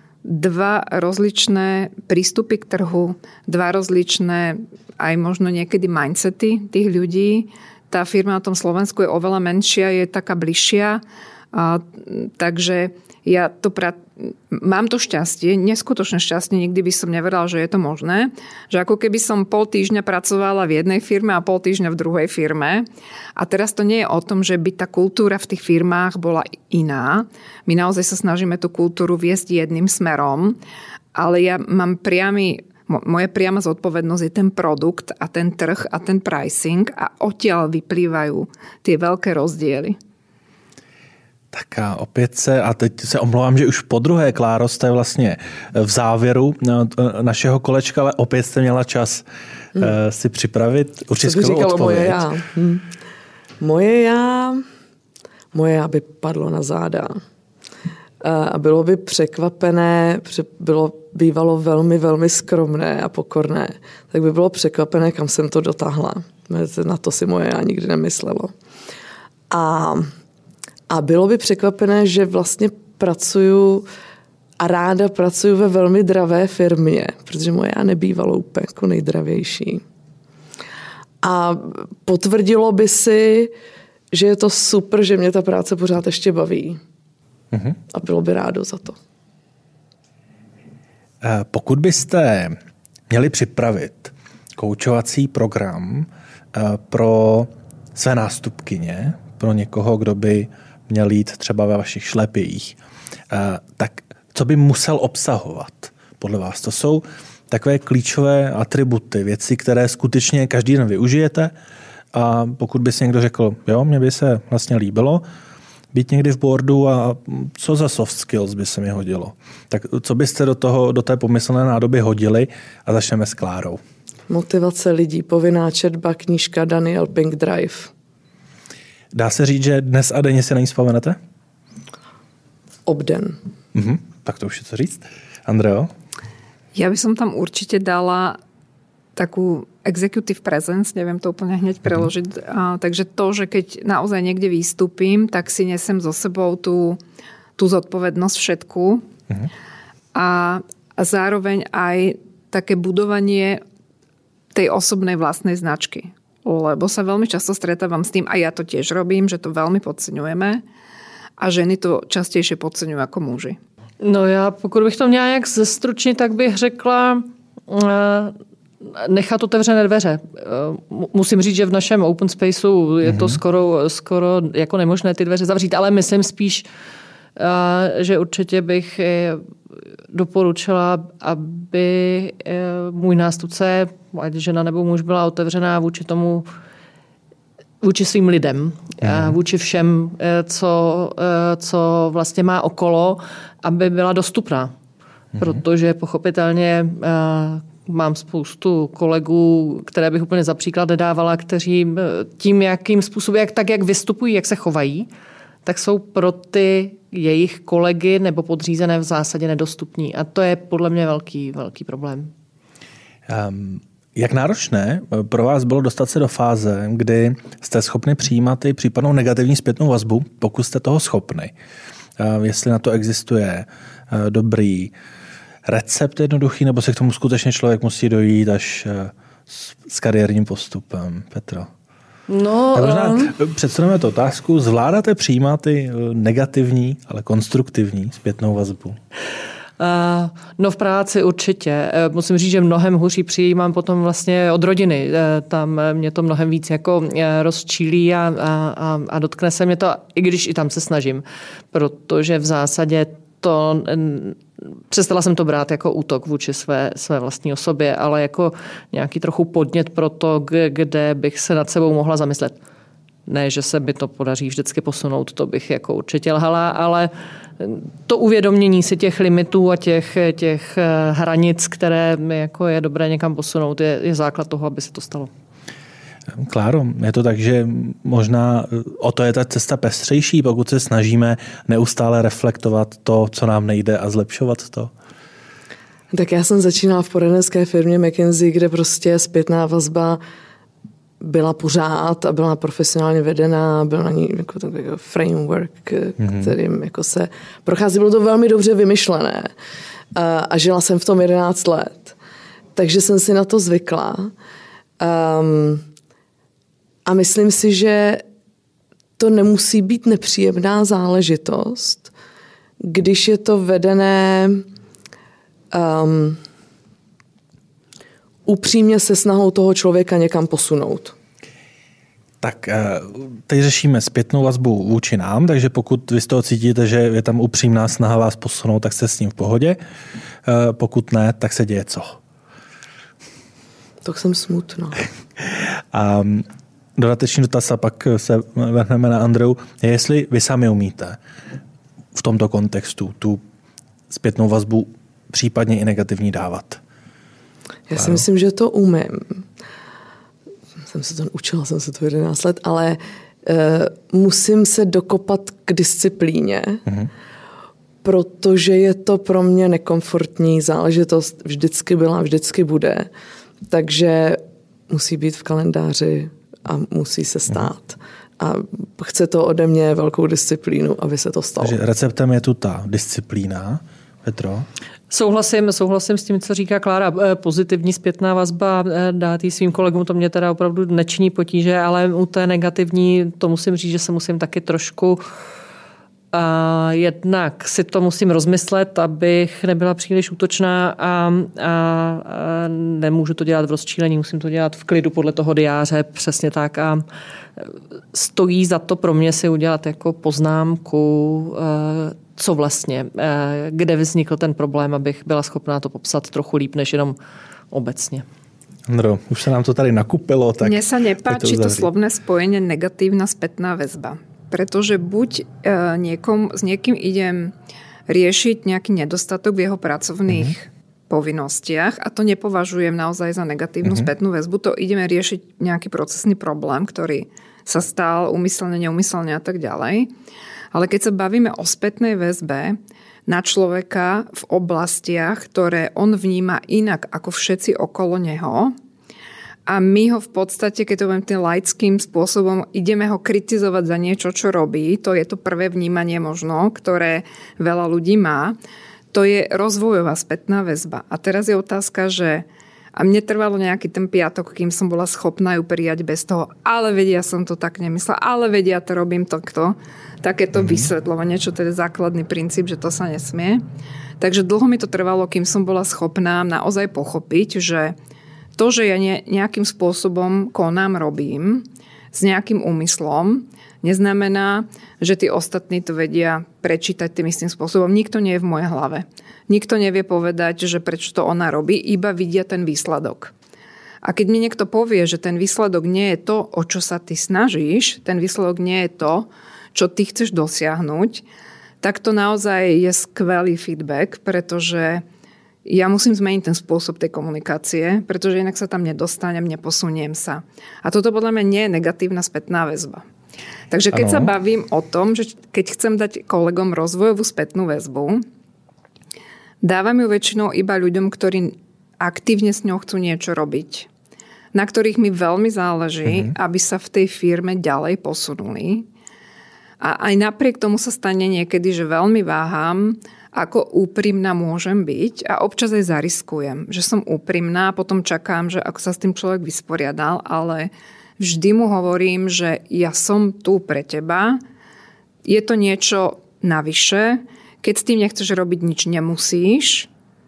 dva rozličné prístupy k trhu, dva rozličné aj možno niekedy mindsety tých ľudí. Tá firma na tom Slovensku je oveľa menšia, je taká bližšia. A, takže ja to pra... mám to šťastie, neskutočné šťastie, nikdy by som neverala, že je to možné, že ako keby som pol týždňa pracovala v jednej firme a pol týždňa v druhej firme. A teraz to nie je o tom, že by tá kultúra v tých firmách bola iná. My naozaj sa snažíme tú kultúru viesť jedným smerom, ale ja mám priamy Moja priama zodpovednosť je ten produkt a ten trh a ten pricing a odtiaľ vyplývajú tie veľké rozdiely. Tak a opět se, a teď se omlouvám, že už po druhé, Kláro, jste vlastně v závěru našeho kolečka, ale opět jste měla čas hmm. si připravit určitě odpověď. Moje já. Hmm. Moje já, moje já by padlo na záda. A bylo by překvapené, bylo bývalo velmi, velmi skromné a pokorné, tak by bylo překvapené, kam jsem to dotáhla. Na to si moje já nikdy nemyslelo. A A bylo by překvapené, že vlastně pracuju a ráda pracuju ve velmi dravé firmě, protože moje já nebývalo úplně jako nejdravější. A potvrdilo by si, že je to super, že mě ta práce pořád ještě baví. Mm-hmm. A bylo by rádo za to. Pokud byste měli připravit koučovací program pro své nástupkyně, pro někoho, kdo by měl jít třeba ve vašich šlepích, tak co by musel obsahovat podle vás? To jsou takové klíčové atributy, věci, které skutečně každý den využijete a pokud by si někdo řekl, jo, mě by se vlastně líbilo být někdy v boardu a co za soft skills by se mi hodilo? Tak co byste do toho, do té pomyslné nádoby hodili a začneme s Klárou. Motivace lidí, povinná četba, knížka Daniel Pink Drive. Dá se říct, že dnes a denně si na ní vzpomenete? Obden. Mhm, tak to už je co říct. Andreo? Ja by som tam určite dala takú executive presence, neviem to úplne hneď preložiť. Mhm. A, takže to, že keď naozaj niekde vystúpim, tak si nesem so sebou tú, tú zodpovednosť všetku. Mhm. A, a zároveň aj také budovanie tej osobnej vlastnej značky. Lebo sa veľmi často stretávam s tým, a ja to tiež robím, že to veľmi podceňujeme a ženy to častejšie podceňujú ako muži. No já, pokud bych to měla nějak zestručnit, tak bych řekla nechat otevřené dveře. Musím říct, že v našem open spaceu je to skoro, skoro jako nemožné ty dveře zavřít, ale myslím spíš, že určitě bych doporučila, aby můj nástupce, ať žena nebo muž, byla otevřená vůči tomu, vůči svým lidem, mm. vůči všem, co, co vlastně má okolo, aby byla dostupná. Mm. Protože pochopitelně mám spoustu kolegů, které bych úplně za příklad nedávala, kteří tím, jakým způsobem, jak, tak jak vystupují, jak se chovají, tak jsou pro ty jejich kolegy nebo podřízené v zásadě nedostupní. A to je podle mě velký, velký problém. Um, jak náročné pro vás bylo dostat se do fáze, kdy jste schopni přijímat i případnou negativní zpětnou vazbu, pokud jste toho schopni? Uh, jestli na to existuje uh, dobrý recept jednoduchý, nebo se k tomu skutečně člověk musí dojít až uh, s, s kariérním postupem? Petro? No, možná um... představíme tu otázku. Zvládáte přijímat ty negativní, ale konstruktivní zpětnou vazbu? Uh, no v práci určitě. Uh, musím říct, že mnohem hůří přijímám potom vlastně od rodiny. Uh, tam mě to mnohem víc jako uh, rozčílí a, a, a dotkne se mě to, i když i tam se snažím. Protože v zásadě to... Přestala jsem to brát jako útok vůči své, své vlastní osobě, ale jako nějaký trochu podnět pro to, kde bych se nad sebou mohla zamyslet. Ne, že se mi to podaří vždycky posunout, to bych jako určitě lhala, ale to uvědomění si těch limitů a těch, těch hranic, které mi jako je dobré někam posunout, je, je základ toho, aby se to stalo. Kláro, je to tak, že možná o to je ta cesta pestřejší, pokud se snažíme neustále reflektovat to, co nám nejde a zlepšovat to? Tak já jsem začínala v poradenské firmě McKinsey, kde prostě zpětná vazba byla pořád a byla profesionálně vedená, byl na ní jako takový framework, mm-hmm. kterým jako se prochází. Bylo to velmi dobře vymyšlené a, a žila jsem v tom jedenáct let. Takže jsem si na to zvykla. Um, A myslím si, že to nemusí být nepříjemná záležitost, když je to vedené um, upřímně se snahou toho člověka někam posunout. Tak teď řešíme zpětnou vazbu vůči nám, takže pokud vy z toho cítíte, že je tam upřímná snaha vás posunout, tak jste s ním v pohodě. Pokud ne, tak se děje co? Tak jsem smutná. A dodatečný dotaz a pak se vrhneme na Andreu. Je, jestli vy sami umíte v tomto kontextu tu zpětnou vazbu případně i negativní dávat. Já si myslím, že to umím. Jsem se to učila, jsem se to jedenáct let, ale uh, musím se dokopat k disciplíně, mm-hmm. protože je to pro mě nekomfortní záležitost. Vždycky byla, vždycky bude. Takže musí být v kalendáři a musí se stát. Mm-hmm. A chce to ode mě velkou disciplínu, aby se to stalo. Takže receptem je tu ta disciplína. Petro? Souhlasím, souhlasím s tím, co říká Klára. Pozitivní zpětná vazba dát jí svým kolegům, to mě teda opravdu nečiní potíže, ale u té negativní, to musím říct, že se musím taky trošku a jednak si to musím rozmyslet, abych nebyla příliš útočná a, a, a nemůžu to dělat v rozčílení, musím to dělat v klidu podle toho diáře, přesně tak. A stojí za to pro mě si udělat jako poznámku, co vlastně, kde vznikl ten problém, abych byla schopná to popsat trochu líp, než jenom obecně. Andro, už se nám to tady nakupilo. Tak mne sa nepáči to, to slovné spojenie negatívna spätná väzba. Pretože buď e, niekom, s niekým idem riešiť nejaký nedostatok v jeho pracovných mm-hmm. povinnostiach a to nepovažujem naozaj za negatívnu mm-hmm. spätnú väzbu, to ideme riešiť nejaký procesný problém, ktorý sa stal úmyselne, neúmyselne a tak ďalej. Ale keď sa bavíme o spätnej väzbe na človeka v oblastiach, ktoré on vníma inak ako všetci okolo neho, a my ho v podstate, keď to budem tým laickým spôsobom, ideme ho kritizovať za niečo, čo robí. To je to prvé vnímanie možno, ktoré veľa ľudí má. To je rozvojová spätná väzba. A teraz je otázka, že a mne trvalo nejaký ten piatok, kým som bola schopná ju prijať bez toho, ale vedia, som to tak nemyslela, ale vedia, to robím takto. Takéto mm-hmm. vysvetľovanie, čo to je základný princíp, že to sa nesmie. Takže dlho mi to trvalo, kým som bola schopná naozaj pochopiť, že to, že ja nejakým spôsobom konám, robím s nejakým úmyslom, neznamená, že tí ostatní to vedia prečítať tým istým spôsobom. Nikto nie je v mojej hlave. Nikto nevie povedať, že prečo to ona robí, iba vidia ten výsledok. A keď mi niekto povie, že ten výsledok nie je to, o čo sa ty snažíš, ten výsledok nie je to, čo ty chceš dosiahnuť, tak to naozaj je skvelý feedback, pretože ja musím zmeniť ten spôsob tej komunikácie, pretože inak sa tam nedostanem, neposuniem sa. A toto podľa mňa nie je negatívna spätná väzba. Takže keď ano. sa bavím o tom, že keď chcem dať kolegom rozvojovú spätnú väzbu, dávam ju väčšinou iba ľuďom, ktorí aktívne s ňou chcú niečo robiť, na ktorých mi veľmi záleží, mhm. aby sa v tej firme ďalej posunuli. A aj napriek tomu sa stane niekedy, že veľmi váham, ako úprimná môžem byť a občas aj zariskujem, že som úprimná a potom čakám, že ako sa s tým človek vysporiadal, ale vždy mu hovorím, že ja som tu pre teba, je to niečo navyše, keď s tým nechceš robiť nič, nemusíš,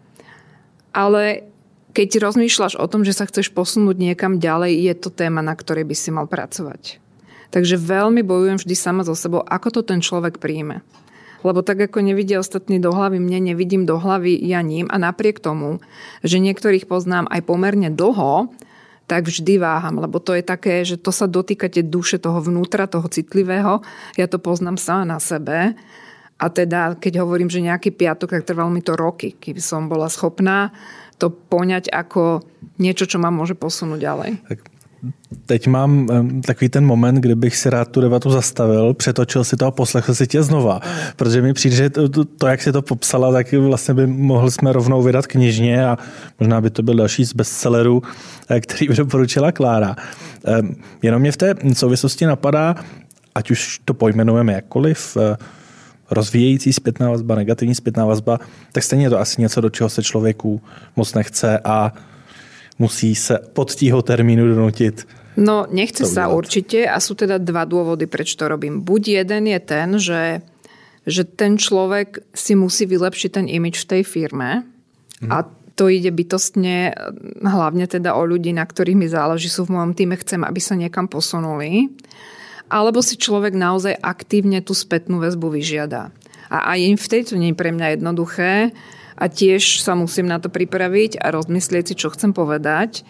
ale keď rozmýšľaš o tom, že sa chceš posunúť niekam ďalej, je to téma, na ktorej by si mal pracovať. Takže veľmi bojujem vždy sama so sebou, ako to ten človek príjme. Lebo tak, ako nevidia ostatní do hlavy, mne nevidím do hlavy ja ním a napriek tomu, že niektorých poznám aj pomerne dlho, tak vždy váham, lebo to je také, že to sa dotýka tie duše toho vnútra, toho citlivého. Ja to poznám sama na sebe. A teda, keď hovorím, že nejaký piatok, tak trvalo mi to roky, keby som bola schopná to poňať ako niečo, čo ma môže posunúť ďalej. Tak. Teď mám takový ten moment, kdy bych si rád tu debatu zastavil, přetočil si to a poslechl si tě znova. Protože mi přijde, že to, to, to, jak si to popsala, tak vlastně by mohli jsme rovnou vydat knižně a možná by to byl další z bestsellerů, který by doporučila Klára. Jenom mě v té souvislosti napadá, ať už to pojmenujeme jakkoliv, rozvíjející zpětná vazba, negativní zpětná vazba, tak stejně je to asi něco, do čeho se člověku moc nechce a musí se pod tího termínu donutit. No, nechce sa určite a sú teda dva dôvody, prečo to robím. Buď jeden je ten, že, že ten človek si musí vylepšiť ten imidž v tej firme hmm. a to ide bytostne hlavne teda o ľudí, na ktorých mi záleží, sú v mojom týme, chcem, aby sa niekam posunuli. Alebo si človek naozaj aktívne tú spätnú väzbu vyžiada. A aj v tejto nie je pre mňa jednoduché, a tiež sa musím na to pripraviť a rozmyslieť si, čo chcem povedať.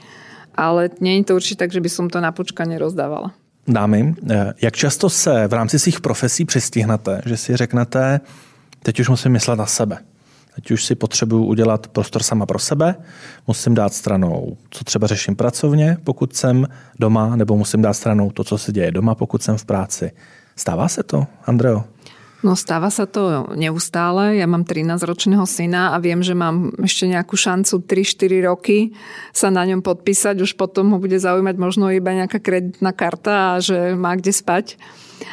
ale nie je to určite tak, že by som to na počkanie rozdávala. Dámy, jak často se v rámci svých profesí přistihnete, že si řeknete, teď už musím myslet na sebe. Teď už si potřebuju udělat prostor sama pro sebe, musím dát stranou, co třeba řeším pracovně, pokud jsem doma, nebo musím dát stranou to, co se děje doma, pokud jsem v práci. Stává se to, Andreo? No stáva sa to neustále. Ja mám trinásťročného syna a viem, že mám ešte nejakú šancu tri štyri roky sa na ňom podpísať. Už potom ho bude zaujímať možno iba nejaká kreditná karta a že má kde spať.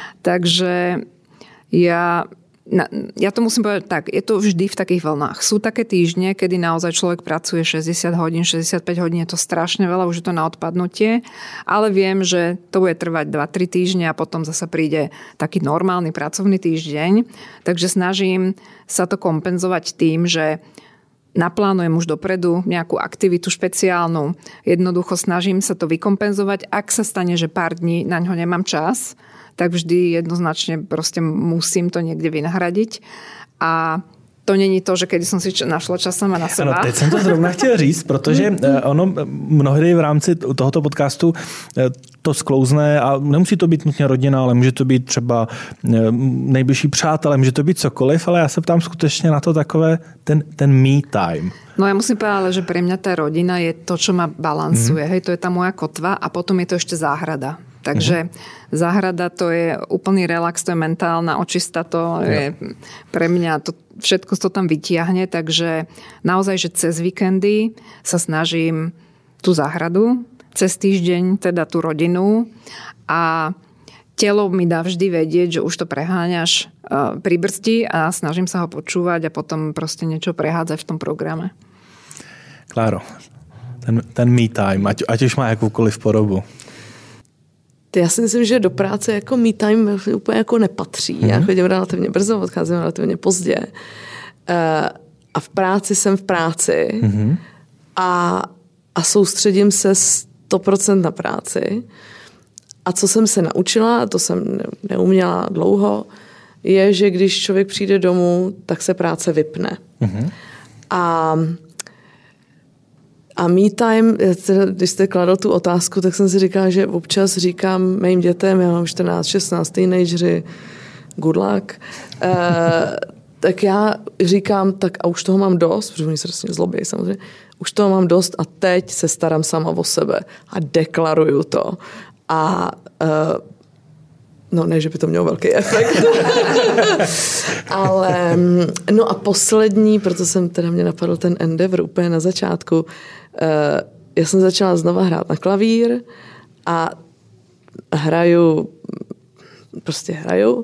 Takže ja... Ja to musím povedať tak, je to vždy v takých vlnách. Sú také týždne, kedy naozaj človek pracuje šesťdesiat hodín, šesťdesiatpäť hodín, je to strašne veľa, už je to na odpadnutie, ale viem, že to bude trvať dva tri týždne a potom zasa príde taký normálny pracovný týždeň. Takže snažím sa to kompenzovať tým, že naplánujem už dopredu nejakú aktivitu špeciálnu. Jednoducho snažím sa to vykompenzovať. Ak sa stane, že pár dní na ňo nemám čas, tak vždy jednoznačne proste musím to niekde vynahradiť. A to není to, že keď som si našla čas sama na seba. Ano, teď jsem to zrovna chtěl říct, protože ono mnohdy v rámci tohoto podcastu to sklouzne a nemusí to být nutně rodina, ale může to být třeba nejbližší přátelé, může to být cokoliv, ale já se ptám skutečně na to takové ten, ten me time. No ja musím povedať, že pre mňa tá rodina je to, čo ma balansuje. Mm. Hej, to je tá moja kotva a potom je to ešte záhrada. Takže mm. záhrada to je úplný relax, to je mentálna očista, to jo. je pre mňa, to, všetko to tam vytiahne, takže naozaj, že cez víkendy sa snažím tú záhradu, cez týždeň teda tú rodinu a telo mi dá vždy vedieť, že už to preháňaš, pribrzdí a snažím sa ho počúvať a potom proste niečo prehádzať v tom programe. Kláro, ten, ten me time, ať, ať už má jakoukoliv podobu. Já si myslím, že do práce jako me time úplně jako nepatří. Mm-hmm. Já chodím relativně brzo, odcházím relativně pozdě. A v práci jsem v práci mm-hmm. a, a soustředím se sto procent na práci. A co jsem se naučila, to jsem neuměla dlouho, je, že když člověk přijde domů, tak se práce vypne. Mm-hmm. A A me time, když jste kladl tu otázku, tak jsem si říkala, že občas říkám mým dětem, já mám čtrnáct šestnáct teenageři, good luck, e, tak já říkám, tak a už toho mám dost, protože oni se vlastně zlobí samozřejmě, už toho mám dost a teď se starám sama o sebe a deklaruju to. A e, no ne, že by to mělo velký efekt. Ale no a poslední, proto jsem teda mě napadl ten Endeavor úplně na začátku. Já jsem začala znova hrát na klavír a hraju, prostě hraju.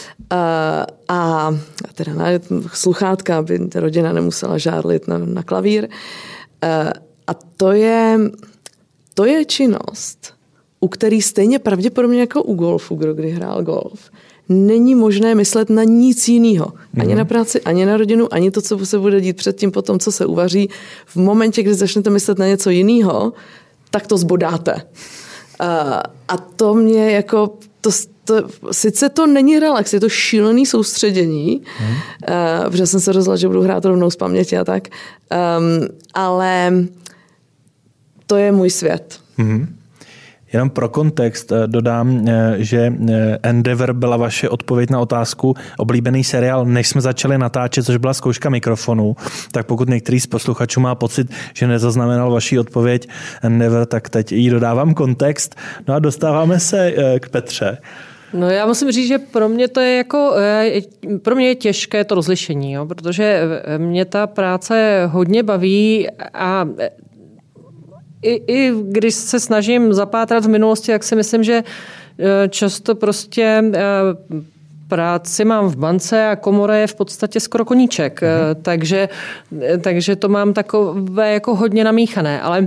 A teda na sluchátka, aby ta rodina nemusela žárlit na, na klavír. A to je, to je činnost, u který stejně pravděpodobně jako u golfu, kdo kdy hrál golf, není možné myslet na nic jiného. Ani na práci, ani na rodinu, ani to, co se bude dít předtím, potom, co se uvaří. V momentě, kdy začnete myslet na něco jiného, tak to zbodáte. A to mě jako... To, to, sice to není relax, je to šílený soustředění, hmm. uh, protože jsem se rozhodla, že budu hrát rovnou z paměti a tak, um, ale to je můj svět. Hmm. Jenom pro kontext dodám, že Endeavor byla vaše odpověď na otázku oblíbený seriál, než jsme začali natáčet, což byla zkouška mikrofonu. Tak pokud některý z posluchačů má pocit, že nezaznamenal vaši odpověď Endeavor, tak teď jí dodávám kontext. No a dostáváme se k Petře. No já musím říct, že pro mě to je jako, pro mě je těžké to rozlišení, jo, protože mě ta práce hodně baví a I, I když se snažím zapátrat v minulosti, tak si myslím, že často prostě práci mám v bance a komora je v podstatě skoro koníček. Mm. Takže, takže to mám takové jako hodně namíchané. Ale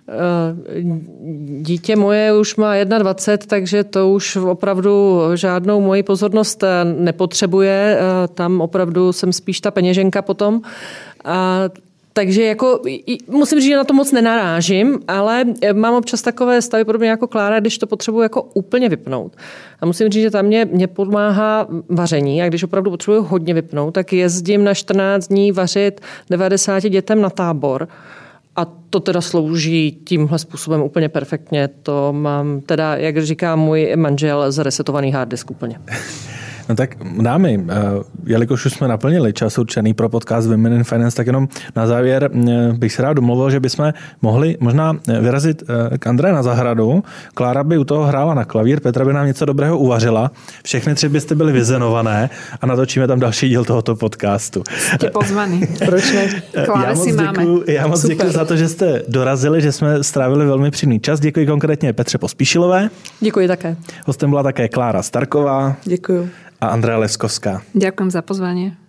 dítě moje už má dvacet jedna, takže to už opravdu žádnou moji pozornost nepotřebuje. Tam opravdu jsem spíš ta peněženka potom. A takže jako, musím říct, že na to moc nenarážím, ale mám občas takové stavy podobně jako Klára, když to potřebuji jako úplně vypnout. A musím říct, že tam mě, mě pomáhá vaření a když opravdu potřebuji hodně vypnout, tak jezdím na čtrnáct dní vařit devadesáti dětem na tábor. A to teda slouží tímhle způsobem úplně perfektně. To mám teda, jak říká můj manžel, zaresetovaný hard disk úplně. No tak dámy, jelikož už jsme naplnili čas určený pro podcast Women in Finance, tak jenom na závěr bych se rád domluvil, že bychom mohli možná vyrazit k André na zahradu. Klára by u toho hrála na klavír, Petra by nám něco dobrého uvařila. Všechny tři byste byli vyzenované a natočíme tam další díl tohoto podcastu. Jste pozvaný. Proč ne? Klávy si máme. Děkuju, já moc děkuji za to, že jste dorazili, že jsme strávili velmi příjemný čas. Děkuji konkrétně Petře Pospíšilové. Děkuji také. Hostem byla také Klára Starková. Děkuju. A Andrea Leskovská. Ďakujem za pozvanie.